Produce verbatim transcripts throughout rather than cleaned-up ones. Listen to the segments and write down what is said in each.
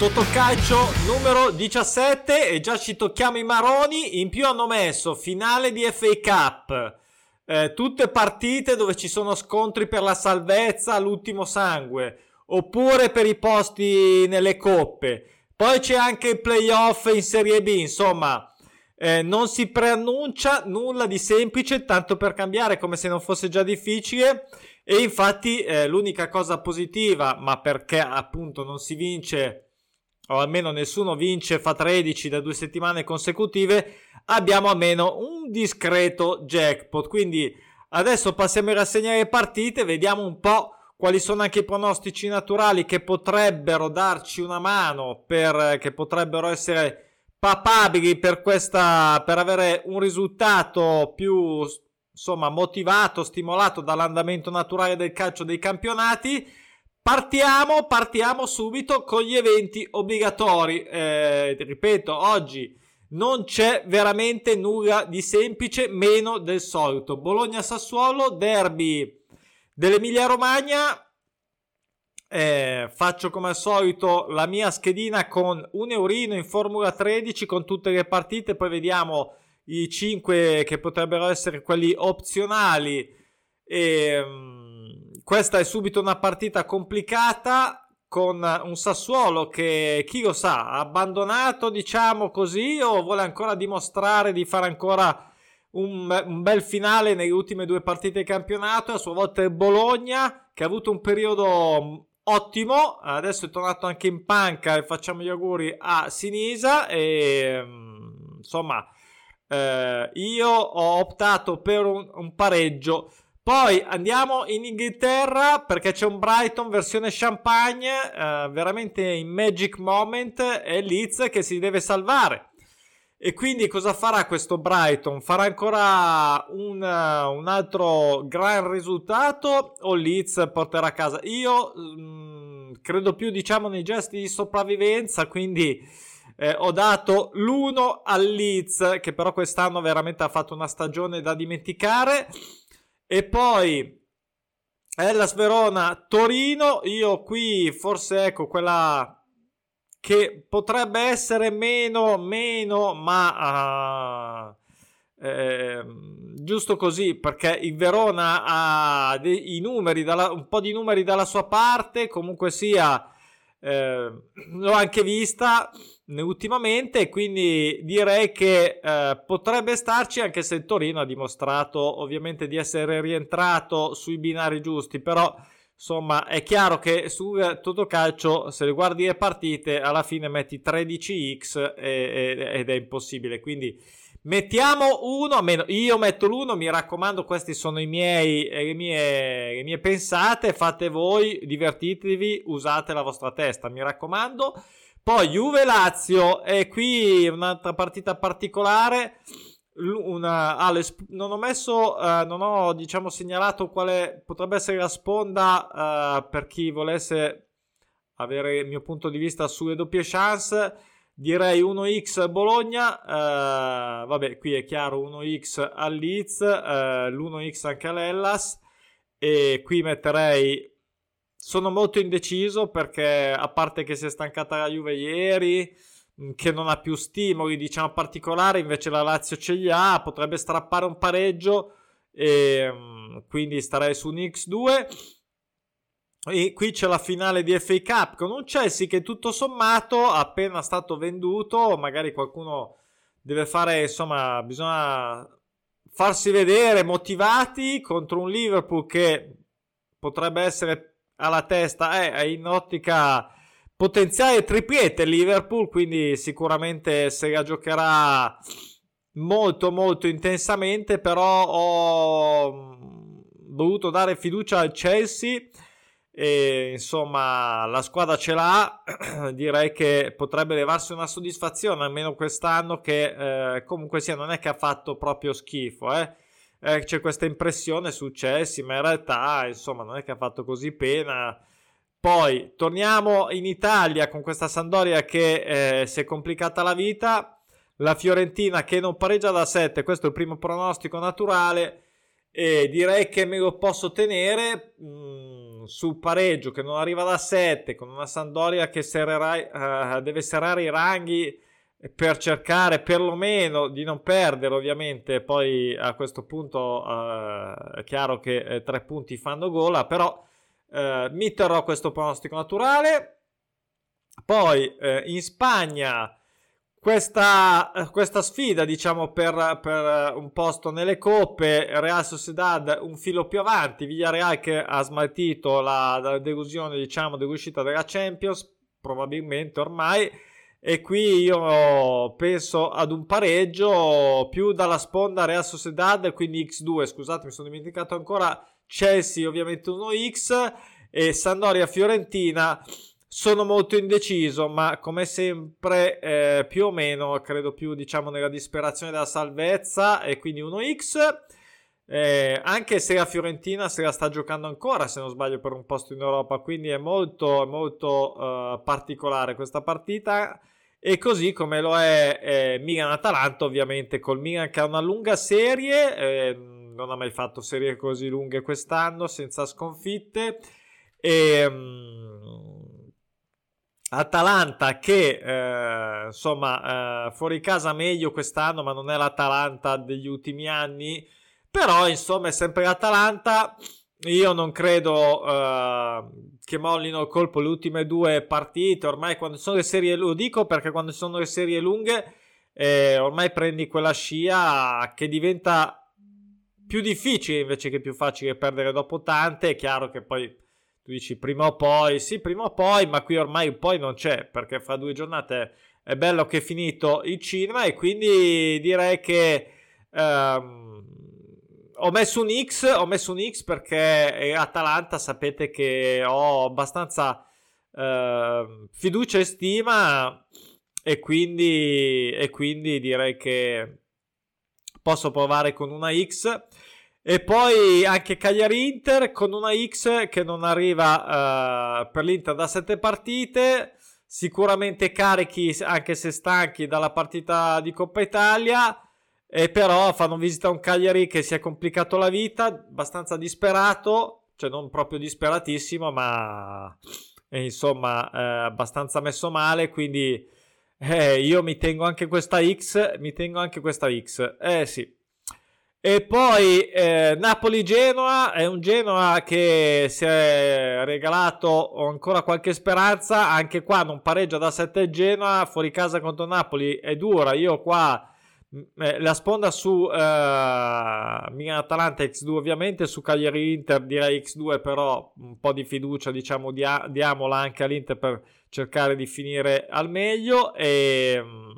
Totocalcio numero diciassette e già ci tocchiamo i maroni. In più hanno messo finale di F A Cup, eh, tutte partite dove ci sono scontri per la salvezza all'ultimo sangue, oppure per i posti nelle coppe. Poi c'è anche il playoff in Serie B. Insomma, eh, non si preannuncia nulla di semplice, tanto per cambiare, come se non fosse già difficile. E infatti eh, l'unica cosa positiva, ma perché appunto non si vince, o almeno nessuno vince, fa tredici da due settimane consecutive, abbiamo almeno un discreto jackpot. Quindi adesso passiamo a rassegnare le partite, vediamo un po' quali sono anche i pronostici naturali che potrebbero darci una mano, per, che potrebbero essere papabili per questa, per avere un risultato più, insomma, motivato, stimolato dall'andamento naturale del calcio dei campionati. Partiamo, partiamo subito con gli eventi obbligatori. Eh, ripeto, oggi non c'è veramente nulla di semplice, meno del solito. Bologna-Sassuolo, derby dell'Emilia Romagna. Eh, faccio come al solito la mia schedina con un eurino in Formula tredici con tutte le partite, poi vediamo i cinque che potrebbero essere quelli opzionali. E, um, questa è subito una partita complicata con un Sassuolo che, chi lo sa, ha abbandonato, diciamo così, o vuole ancora dimostrare di fare ancora un, un bel finale nelle ultime due partite di campionato. A sua volta il Bologna, che ha avuto un periodo ottimo, adesso è tornato anche in panca e facciamo gli auguri a Sinisa. E insomma, eh, io ho optato per un, un pareggio. Poi andiamo in Inghilterra perché c'è un Brighton versione champagne, eh, veramente in magic moment, è Leeds che si deve salvare. E quindi cosa farà questo Brighton? Farà ancora un, un altro gran risultato o Leeds porterà a casa? Io mh, credo più, diciamo, nei gesti di sopravvivenza, quindi eh, ho dato l'uno al Leeds, che però quest'anno veramente ha fatto una stagione da dimenticare. E poi Hellas Verona Torino, io qui forse ecco quella che potrebbe essere meno, meno, ma uh, eh, giusto così, perché il Verona ha dei, i numeri, dalla, un po' di numeri dalla sua parte, comunque sia, eh, l'ho anche vista ultimamente, quindi direi che eh, potrebbe starci, anche se il Torino ha dimostrato ovviamente di essere rientrato sui binari giusti. Però insomma è chiaro che su Totocalcio, se guardi le partite, alla fine metti tredici x e, e, ed è impossibile. Quindi mettiamo uno, almeno io metto l'uno, mi raccomando, questi sono i miei, le mie, le mie pensate, fate voi, divertitevi, usate la vostra testa, mi raccomando. Poi Juve-Lazio, e qui un'altra partita particolare. Una, ah, le, non ho messo, uh, non ho diciamo segnalato quale potrebbe essere la sponda uh, per chi volesse avere il mio punto di vista sulle doppie chance. Direi uno x Bologna, uh, vabbè, qui è chiaro uno x al Leeds, uh, l'uno x anche all'Hellas, e qui metterei, sono molto indeciso perché, a parte che si è stancata la Juve ieri, che non ha più stimoli, diciamo, particolari, invece la Lazio ce li ha, potrebbe strappare un pareggio, e quindi starei su un x due. E qui c'è la finale di F A Cup con un Chelsea che tutto sommato appena stato venduto, magari qualcuno deve fare, insomma, bisogna farsi vedere motivati contro un Liverpool che potrebbe essere alla testa, eh, è in ottica potenziale triplete Liverpool, quindi sicuramente se la giocherà molto molto intensamente. Però ho dovuto dare fiducia al Chelsea e insomma la squadra ce l'ha. Direi che potrebbe levarsi una soddisfazione almeno quest'anno, che eh, comunque sia non è che ha fatto proprio schifo, eh. Eh, c'è questa impressione su Chelsea, ma in realtà insomma non è che ha fatto così pena. Poi torniamo in Italia con questa Sampdoria che eh, si è complicata la vita, la Fiorentina che non pareggia da sette, questo è il primo pronostico naturale, e direi che me lo posso tenere mh, sul pareggio che non arriva da sette, con una Sampdoria che serrerà, uh, deve serrare i ranghi per cercare perlomeno di non perdere. Ovviamente poi a questo punto uh, è chiaro che eh, tre punti fanno gola, però uh, mi terrò questo pronostico naturale. Poi uh, in Spagna Questa, questa sfida, diciamo, per, per un posto nelle coppe, Real Sociedad un filo più avanti, Villarreal che ha smaltito la, la delusione, diciamo, dell'uscita della Champions, probabilmente ormai, e qui io penso ad un pareggio più dalla sponda Real Sociedad, quindi X due, scusate, mi sono dimenticato ancora, Chelsea ovviamente uno X, e Sampdoria Fiorentina. Sono molto indeciso, ma come sempre eh, più o meno credo più, diciamo, nella disperazione della salvezza, e quindi uno X, eh, anche se la Fiorentina se la sta giocando ancora, se non sbaglio, per un posto in Europa, quindi è molto molto uh, particolare questa partita, e così come lo è eh, Milan-Atalanta, ovviamente, col Milan che ha una lunga serie, eh, non ha mai fatto serie così lunghe quest'anno senza sconfitte, e um, Atalanta che eh, insomma eh, fuori casa meglio quest'anno, ma non è l'Atalanta degli ultimi anni, però insomma è sempre l'Atalanta. Io non credo eh, che mollino il colpo le ultime due partite. Ormai quando sono le serie, lo dico perché quando sono le serie lunghe eh, ormai prendi quella scia che diventa più difficile invece che più facile perdere dopo tante. È chiaro che poi tu dici prima o poi, sì, prima o poi, ma qui ormai il poi non c'è, perché fra due giornate è bello che è finito il cinema, e quindi direi che um, ho messo un X, ho messo un X perché Atalanta sapete che ho abbastanza uh, fiducia e stima, e quindi, e quindi direi che posso provare con una X. E poi anche Cagliari-Inter con una X che non arriva uh, per l'Inter da sette partite, sicuramente carichi anche se stanchi dalla partita di Coppa Italia, e però fanno visita a un Cagliari che si è complicato la vita, abbastanza disperato, cioè non proprio disperatissimo, ma eh, insomma eh, abbastanza messo male, quindi eh, io mi tengo anche questa X, mi tengo anche questa X, eh sì. E poi eh, Napoli-Genoa, è un Genoa che si è regalato ancora qualche speranza, anche qua non pareggia da sette Genoa, fuori casa contro Napoli è dura. Io qua eh, la sponda su eh, Milan-Atalanta X due, ovviamente su Cagliari-Inter direi X due, però un po' di fiducia, diciamo, dia- diamola anche all'Inter per cercare di finire al meglio. E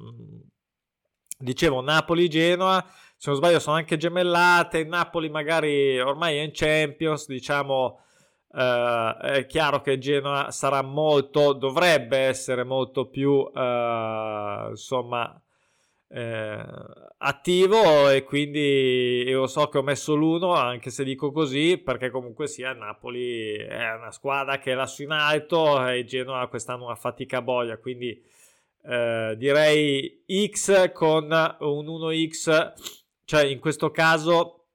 dicevo Napoli-Genoa, se non sbaglio sono anche gemellate. Il Napoli magari ormai è in Champions, diciamo, eh, è chiaro che Genoa sarà molto, dovrebbe essere molto più eh, insomma eh, attivo, e quindi io so che ho messo l'uno, anche se dico così, perché comunque sia il Napoli è una squadra che è lassù in alto, e Genoa quest'anno una fatica boia, quindi eh, direi X con un uno X. Cioè in questo caso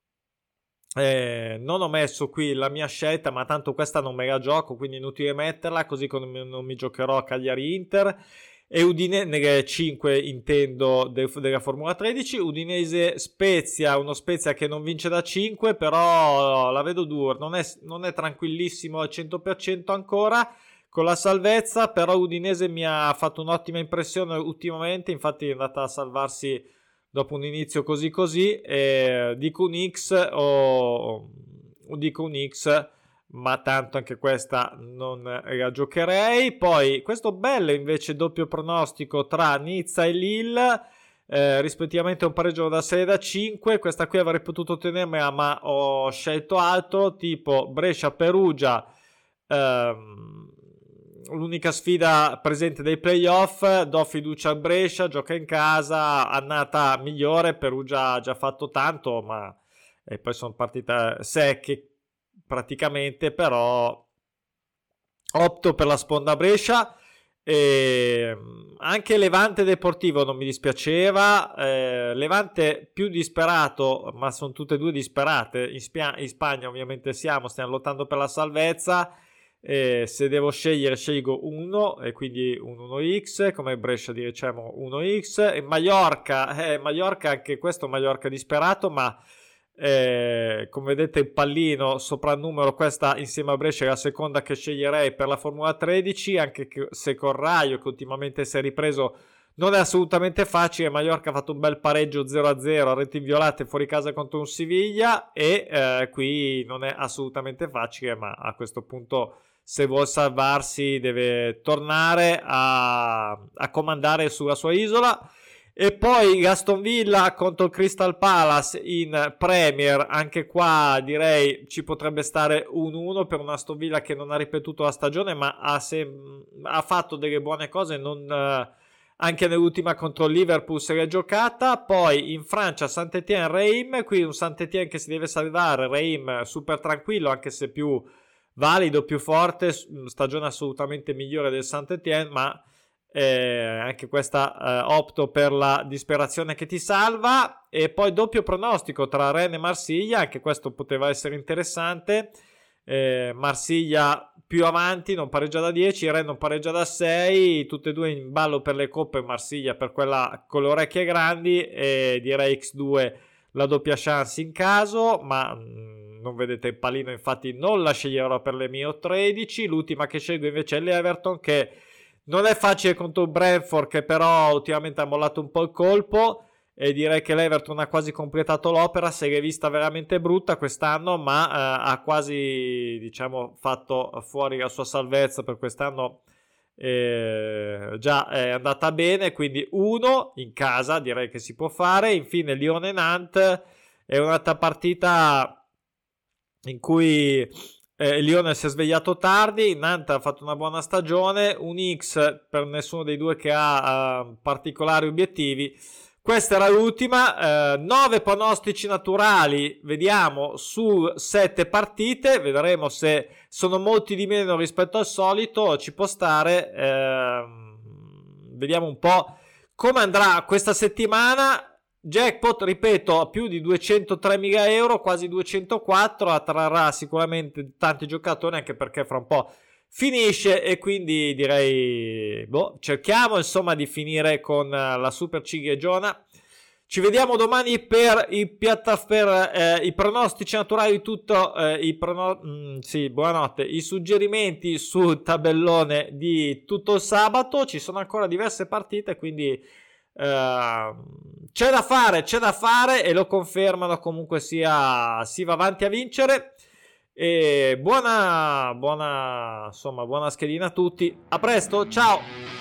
eh, non ho messo qui la mia scelta, ma tanto questa non me la gioco, quindi inutile metterla, così come non mi giocherò a Cagliari-Inter. E Udinese, nelle cinque intendo de, della Formula tredici, Udinese-Spezia, uno Spezia che non vince da cinque, però la vedo dura, non è, non è tranquillissimo al cento per cento ancora con la salvezza, però Udinese mi ha fatto un'ottima impressione ultimamente, infatti è andata a salvarsi dopo un inizio così così. Eh, dico un X o, o dico un X, ma tanto anche questa non la giocherei. Poi questo bello invece doppio pronostico tra Nizza e Lille, eh, rispettivamente un pareggio da sei e da cinque. Questa qui avrei potuto tenermela, ma ho scelto altro, tipo Brescia-Perugia, ehm, l'unica sfida presente dei playoff. Do fiducia a Brescia, gioca in casa, annata migliore, Perugia ha già fatto tanto, ma e poi sono partite secche praticamente, però opto per la sponda Brescia. E anche Levante Deportivo non mi dispiaceva, eh, Levante più disperato, ma sono tutte e due disperate. In, Spia- in Spagna ovviamente siamo, stiamo lottando per la salvezza. Eh, se devo scegliere scelgo uno e quindi un uno x, come Brescia diciamo uno x. E Mallorca, eh, Mallorca anche questo Mallorca disperato, ma Eh, come vedete il pallino soprannumero, questa insieme a Brescia è la seconda che sceglierei per la Formula tredici, anche se con Raio che ultimamente si è ripreso non è assolutamente facile. Mallorca ha fatto un bel pareggio zero a zero a reti inviolate fuori casa contro un Siviglia e eh, qui non è assolutamente facile, ma a questo punto se vuol salvarsi deve tornare a, a comandare sulla sua isola. E poi Aston Villa contro il Crystal Palace in Premier, anche qua direi ci potrebbe stare un uno per un Aston Villa che non ha ripetuto la stagione, ma ha, sem- ha fatto delle buone cose, non, eh, anche nell'ultima contro il Liverpool se l'è giocata. Poi in Francia Saint-Étienne-Reims, qui un Saint-Étienne che si deve salvare, Reims super tranquillo anche se più valido, più forte, stagione assolutamente migliore del Saint-Étienne, ma Eh, anche questa eh, opto per la disperazione che ti salva. E poi doppio pronostico tra Rennes e Marsiglia, anche questo poteva essere interessante. eh, Marsiglia più avanti, non pareggia da dieci, Rennes non pareggia da sei, tutte e due in ballo per le coppe. Marsiglia per quella con le orecchie grandi, e direi X due la doppia chance in caso, ma mh, non vedete il pallino, infatti non la sceglierò per le mie tredici. L'ultima che scelgo invece è l'Everton, che non è facile contro il Brentford, che però ultimamente ha mollato un po' il colpo, e direi che l'Everton ha quasi completato l'opera. Se l'è vista veramente brutta quest'anno, ma eh, ha quasi, diciamo, fatto fuori la sua salvezza per quest'anno. Eh, già è andata bene, quindi uno in casa direi che si può fare. Infine Lione Nantes è un'altra partita in cui Eh, il Lione si è svegliato tardi, Nantes ha fatto una buona stagione, un X per nessuno dei due che ha uh, particolari obiettivi. Questa era l'ultima, eh, nove pronostici naturali, vediamo, su sette partite, vedremo se sono molti di meno rispetto al solito, ci può stare, eh, vediamo un po' come andrà questa settimana. Jackpot, ripeto, a più di duecentotremila euro, quasi duecentoquattro, attrarrà sicuramente tanti giocatori, anche perché fra un po' finisce, e quindi direi, boh, cerchiamo insomma di finire con la super cilieggiona. Ci vediamo domani per i, piatta- per, eh, i pronostici naturali di tutto, eh, i prono- mm, sì, buonanotte, i suggerimenti sul tabellone di tutto il sabato. Ci sono ancora diverse partite, quindi Uh, c'è da fare, c'è da fare, e lo confermano. Comunque sia, si va avanti a vincere. E buona, buona, insomma, buona schedina a tutti. A presto, ciao.